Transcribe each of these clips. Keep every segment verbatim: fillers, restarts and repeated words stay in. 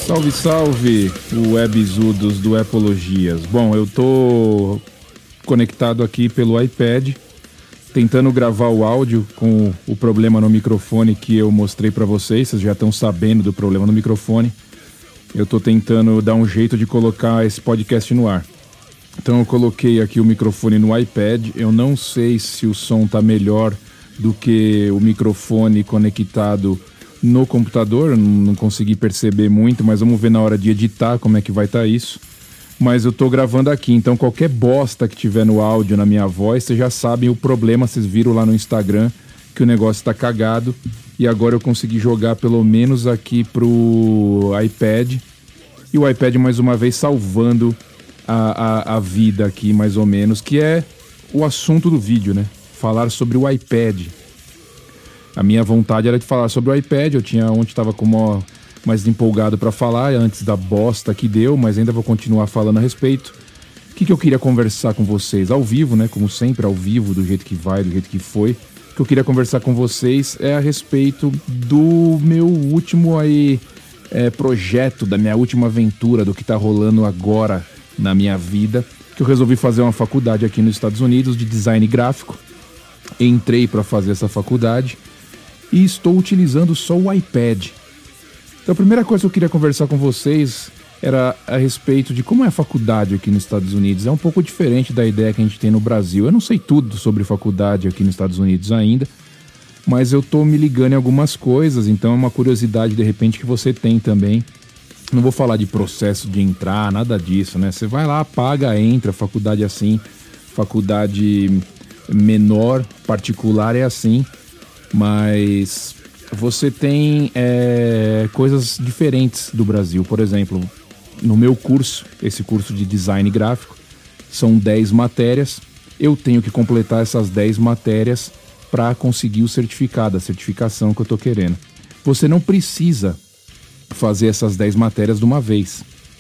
Salve, salve, webzudos do Epologias. Bom, eu tô conectado aqui pelo iPad, tentando gravar o áudio com o problema no microfone que eu mostrei pra vocês. Vocês já estão sabendo do problema no microfone. Eu tô tentando dar um jeito de colocar esse podcast no ar. Então eu coloquei aqui o microfone no iPad. Eu não sei se o som tá melhor do que o microfone conectado no computador. Eu não consegui perceber muito, mas vamos ver na hora de editar como é que vai estar isso. Mas eu tô gravando aqui, então qualquer bosta que tiver no áudio, na minha voz, vocês já sabem o problema. Vocês viram lá no Instagram que o negócio tá cagado. E agora eu consegui jogar pelo menos aqui pro iPad. E o iPad mais uma vez salvando a, a, a vida aqui, mais ou menos, que é o assunto do vídeo, né? Falar sobre o iPad. A minha vontade era de falar sobre o iPad. Eu tinha ontem, estava com uma, mais empolgado para falar antes da bosta que deu, mas ainda vou continuar falando a respeito. O que, que eu queria conversar com vocês? Ao vivo, né? Como sempre, ao vivo, do jeito que vai, do jeito que foi. O que eu queria conversar com vocês é a respeito do meu último aí, é, projeto, da minha última aventura, do que tá rolando agora na minha vida. Que eu resolvi fazer uma faculdade aqui nos Estados Unidos de design gráfico. Entrei para fazer essa faculdade e estou utilizando só o iPad. Então a primeira coisa que eu queria conversar com vocês era a respeito de como é a faculdade aqui nos Estados Unidos. É um pouco diferente da ideia que a gente tem no Brasil. Eu não sei tudo sobre faculdade aqui nos Estados Unidos ainda, mas eu tô me ligando em algumas coisas, então é uma curiosidade de repente que você tem também. Não vou falar de processo de entrar, nada disso, né? Você vai lá, paga, entra, faculdade é assim, faculdade menor, particular é assim, mas você tem é, coisas diferentes do Brasil. Por exemplo, no meu curso, esse curso de design gráfico, são dez matérias. Eu tenho que completar essas dez matérias para conseguir o certificado, a certificação que eu tô querendo. Você não precisa fazer essas dez matérias de uma vez.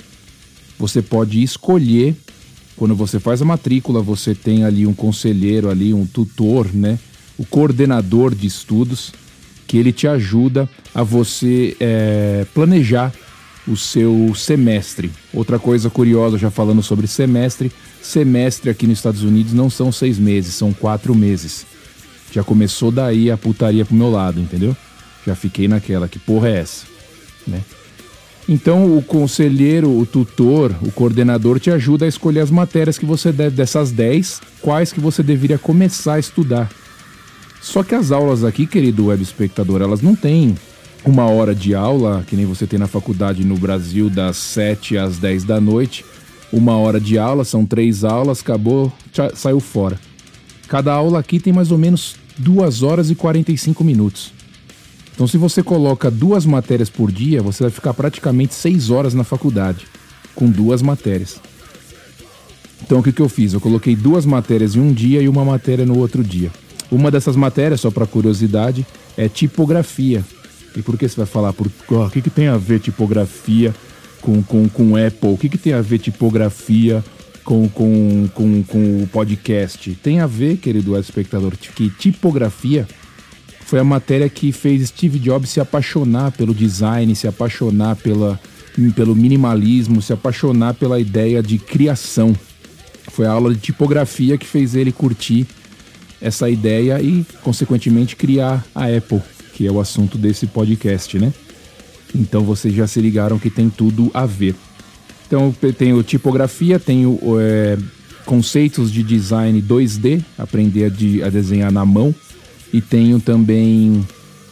Você pode escolher. Quando você faz a matrícula, você tem ali um conselheiro, ali um tutor, né? O coordenador de estudos, que ele te ajuda a você é, planejar o seu semestre. Outra coisa curiosa, já falando sobre semestre, semestre aqui nos Estados Unidos não são seis meses, são quatro meses. Já começou daí a putaria pro meu lado, entendeu? Já fiquei naquela, que porra é essa, né? Então o conselheiro, o tutor, o coordenador te ajuda a escolher as matérias que você deve, dessas dez, quais que você deveria começar a estudar. Só que as aulas aqui, querido web espectador, elas não têm uma hora de aula, que nem você tem na faculdade no Brasil, das sete às dez da noite. Uma hora de aula, são três aulas, acabou, saiu fora. Cada aula aqui tem mais ou menos duas horas e quarenta e cinco minutos. Então, se você coloca duas matérias por dia, você vai ficar praticamente seis horas na faculdade, com duas matérias. Então, o que, que eu fiz? Eu coloquei duas matérias em um dia e uma matéria no outro dia. Uma dessas matérias, só para curiosidade, é tipografia. E por que você vai falar? Por, oh, o que, que tem a ver tipografia com, com, com Apple? O que, que tem a ver tipografia com, com, com, com o podcast? Tem a ver, querido espectador, que tipografia foi a matéria que fez Steve Jobs se apaixonar pelo design, se apaixonar pela, pelo minimalismo, se apaixonar pela ideia de criação. Foi a aula de tipografia que fez ele curtir essa ideia e, consequentemente, criar a Apple, que é o assunto desse podcast, né? Então vocês já se ligaram que tem tudo a ver. Então eu tenho tipografia, tenho é, conceitos de design dois D, aprender a, de, a desenhar na mão. E tenho também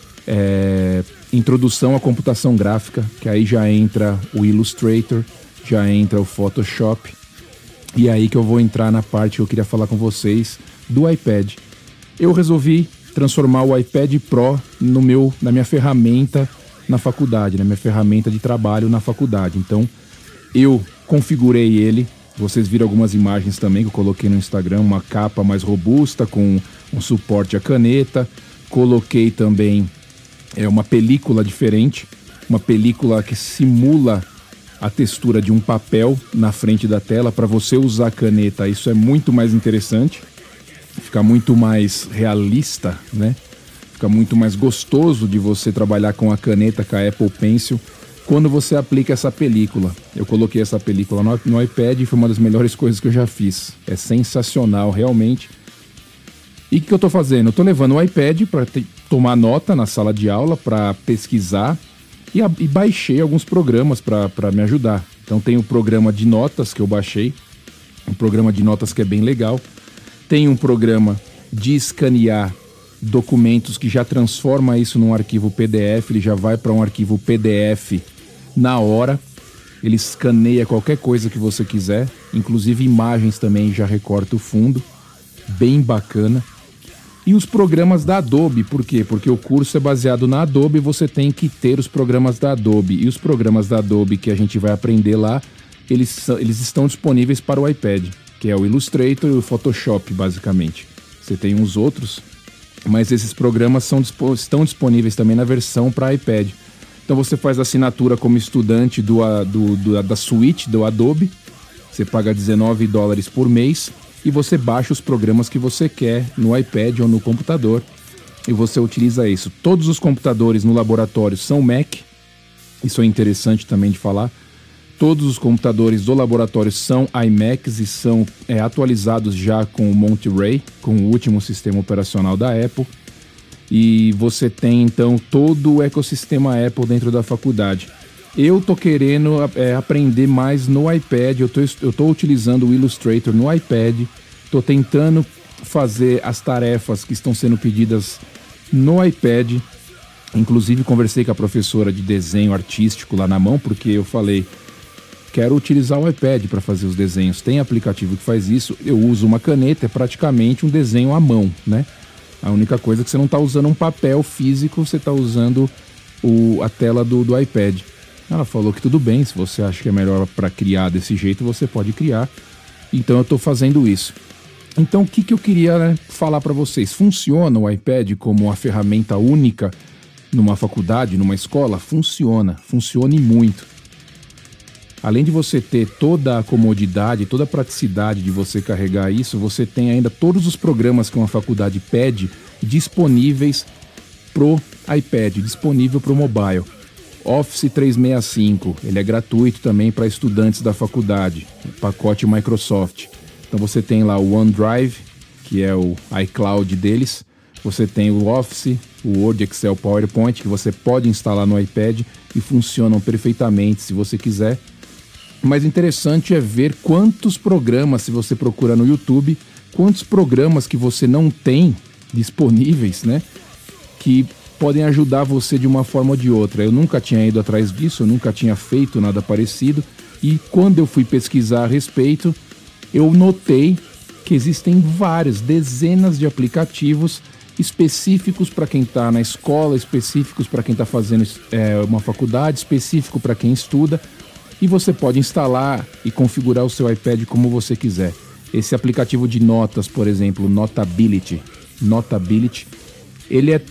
é, introdução à computação gráfica, que aí já entra o Illustrator, já entra o Photoshop. E aí que eu vou entrar na parte que eu queria falar com vocês do iPad. Eu resolvi transformar o iPad Pro no meu, na minha ferramenta na faculdade, na minha ferramenta de trabalho na faculdade. Então eu configurei ele. Vocês viram algumas imagens também que eu coloquei no Instagram, uma capa mais robusta com um suporte à caneta. Coloquei também é, uma película diferente, uma película que simula a textura de um papel na frente da tela para você usar a caneta. Isso é muito mais interessante, fica muito mais realista, né? Fica muito mais gostoso de você trabalhar com a caneta, com a Apple Pencil. quando você aplica essa película. Eu coloquei essa película no, no iPad e foi uma das melhores coisas que eu já fiz. É sensacional, realmente. E o que eu estou fazendo? Eu estou levando o iPad para tomar nota na sala de aula, para pesquisar, e, a, e baixei alguns programas para me ajudar. Então tem o programa de notas que eu baixei, um programa de notas que é bem legal. Tem um programa de escanear documentos que já transforma isso num arquivo P D F, ele já vai para um arquivo P D F na hora, ele escaneia qualquer coisa que você quiser, inclusive imagens também, já recorta o fundo, bem bacana. E os programas da Adobe, por quê? Porque o curso é baseado na Adobe e você tem que ter os programas da Adobe. E os programas da Adobe que a gente vai aprender lá, eles, eles estão disponíveis para o iPad, que é o Illustrator e o Photoshop, basicamente. Você tem uns outros, mas esses programas são, estão disponíveis também na versão para iPad. Então você faz assinatura como estudante do, do, do, da suíte do Adobe, você paga dezenove dólares por mês e você baixa os programas que você quer no iPad ou no computador e você utiliza isso. Todos os computadores no laboratório são Mac, isso é interessante também de falar. Todos os computadores do laboratório são iMacs e são é, atualizados já com o Monterey, com o último sistema operacional da Apple. E você tem, então, todo o ecossistema Apple dentro da faculdade. Eu tô querendo é, aprender mais no iPad, eu tô, eu tô utilizando o Illustrator no iPad, tô tentando fazer as tarefas que estão sendo pedidas no iPad. Inclusive, conversei com a professora de desenho artístico lá na mão, porque eu falei... Quero utilizar o iPad para fazer os desenhos. Tem aplicativo que faz isso. Eu uso uma caneta, é praticamente um desenho à mão, né? A única coisa é que você não está usando um papel físico, você está usando o, a tela do, do iPad. Ela falou que tudo bem, se você acha que é melhor para criar desse jeito, você pode criar. Então eu estou fazendo isso. Então o que, que eu queria, né, falar para vocês? Funciona o iPad como uma ferramenta única numa faculdade, numa escola? Funciona, funciona e muito. Além de você ter toda a comodidade, toda a praticidade de você carregar isso, você tem ainda todos os programas que uma faculdade pede disponíveis pro iPad, disponível pro mobile. Office trezentos e sessenta e cinco, ele é gratuito também para estudantes da faculdade, pacote Microsoft. Então você tem lá o OneDrive, que é o iCloud deles, você tem o Office, o Word, Excel, PowerPoint, que você pode instalar no iPad e funcionam perfeitamente se você quiser. Mas interessante é ver quantos programas, se você procura no YouTube, quantos programas que você não tem disponíveis, né? Que podem ajudar você de uma forma ou de outra. Eu nunca tinha ido atrás disso, eu nunca tinha feito nada parecido. E quando eu fui pesquisar a respeito, eu notei que existem várias, dezenas de aplicativos específicos para quem está na escola, específicos para quem está fazendo é, uma faculdade, específico para quem estuda. E você pode instalar e configurar o seu iPad como você quiser. Esse aplicativo de notas, por exemplo, Notability, Notability, ele é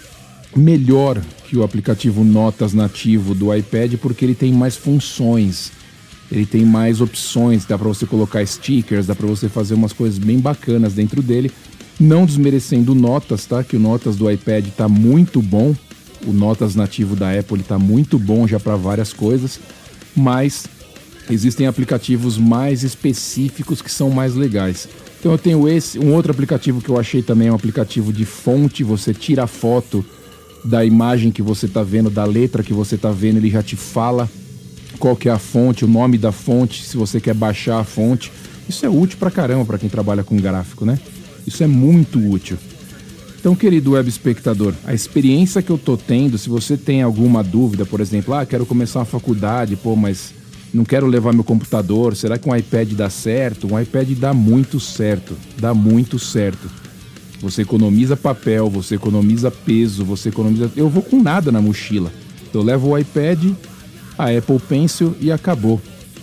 melhor que o aplicativo Notas nativo do iPad porque ele tem mais funções, ele tem mais opções, dá para você colocar stickers, dá para você fazer umas coisas bem bacanas dentro dele, não desmerecendo Notas, tá? Que o Notas do iPad está muito bom, o Notas nativo da Apple está muito bom já para várias coisas, mas existem aplicativos mais específicos que são mais legais. Então eu tenho esse, um outro aplicativo que eu achei também, é um aplicativo de fonte, você tira a foto da imagem que você está vendo, da letra que você está vendo, ele já te fala qual que é a fonte, o nome da fonte, se você quer baixar a fonte. Isso é útil pra caramba para quem trabalha com gráfico, né? Isso é muito útil. Então, querido web espectador, a experiência que eu tô tendo, se você tem alguma dúvida, por exemplo, ah, quero começar uma faculdade, pô, mas não quero levar meu computador, será que um iPad dá certo? Um iPad dá muito certo, dá muito certo. Você economiza papel, você economiza peso, você economiza... Eu vou com nada na mochila. Eu levo o iPad, a Apple Pencil e acabou.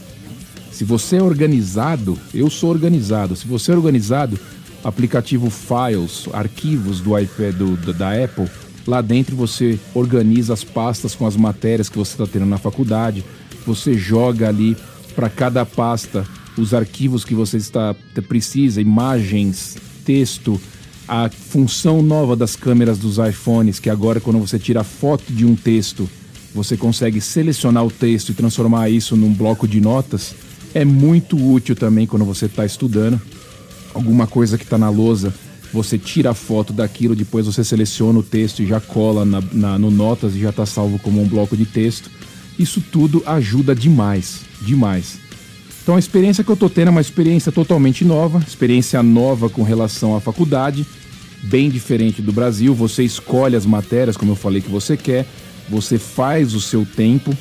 Se você é organizado, eu sou organizado. Se você é organizado, aplicativo Files, arquivos do iPad do, da Apple, lá dentro você organiza as pastas com as matérias que você está tendo na faculdade. Você joga ali para cada pasta os arquivos que você está, precisa, imagens, texto, a função nova das câmeras dos iPhones, que agora quando você tira foto de um texto, você consegue selecionar o texto e transformar isso num bloco de notas. É muito útil também quando você está estudando. Alguma coisa que está na lousa, você tira a foto daquilo, depois você seleciona o texto e já cola na, na, no Notas e já está salvo como um bloco de texto. Isso tudo ajuda demais, demais. Então a experiência que eu estou tendo é uma experiência totalmente nova, experiência nova com relação à faculdade, bem diferente do Brasil. Você escolhe as matérias, como eu falei, que você quer, você faz o seu tempo,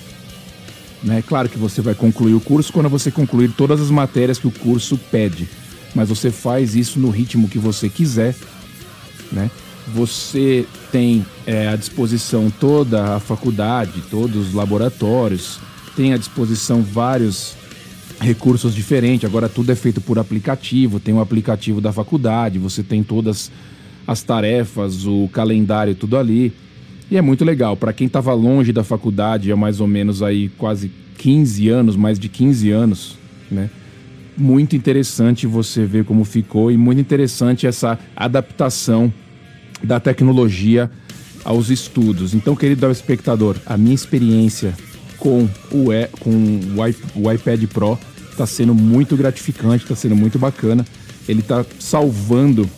né? Claro que você vai concluir o curso quando você concluir todas as matérias que o curso pede, mas você faz isso no ritmo que você quiser, né? Você tem é, à disposição toda a faculdade, todos os laboratórios, tem à disposição vários recursos diferentes. Agora tudo é feito por aplicativo, tem o aplicativo da faculdade, você tem todas as tarefas, o calendário, tudo ali. E é muito legal. Para quem estava longe da faculdade há mais ou menos aí quase quinze anos, mais de quinze anos, né? Muito interessante você ver como ficou e muito interessante essa adaptação da tecnologia aos estudos. Então, querido espectador, a minha experiência com o, e, com o iPad Pro está sendo muito gratificante, está sendo muito bacana. Ele está salvando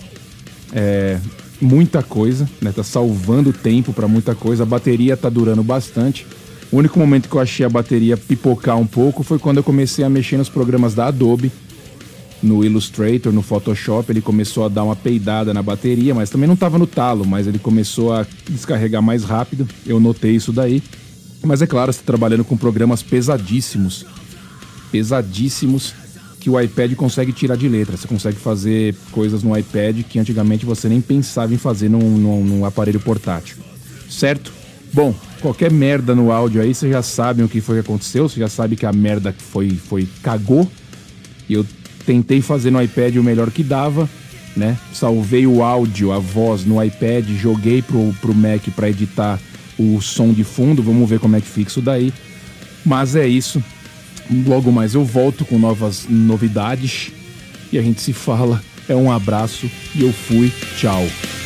é, muita coisa, né? Está salvando tempo para muita coisa. A bateria está durando bastante. O único momento que eu achei a bateria pipocar um pouco foi quando eu comecei a mexer nos programas da Adobe, no Illustrator, no Photoshop. Ele começou a dar uma peidada na bateria, mas também não estava no talo, mas ele começou a descarregar mais rápido. Eu notei isso daí. Mas é claro, você está trabalhando com programas pesadíssimos, pesadíssimos, que o iPad consegue tirar de letra. Você consegue fazer coisas no iPad que antigamente você nem pensava em fazer num, num, num aparelho portátil, certo? Bom, qualquer merda no áudio aí, vocês já sabem o que foi que aconteceu, você já sabe que a merda foi, foi cagou. E eu tentei fazer no iPad o melhor que dava, né? Salvei o áudio, a voz no iPad, joguei pro, pro Mac para editar o som de fundo. Vamos ver como é que fica isso daí. Mas é isso. Logo mais eu volto com novas novidades e a gente se fala. É um abraço e eu fui. Tchau.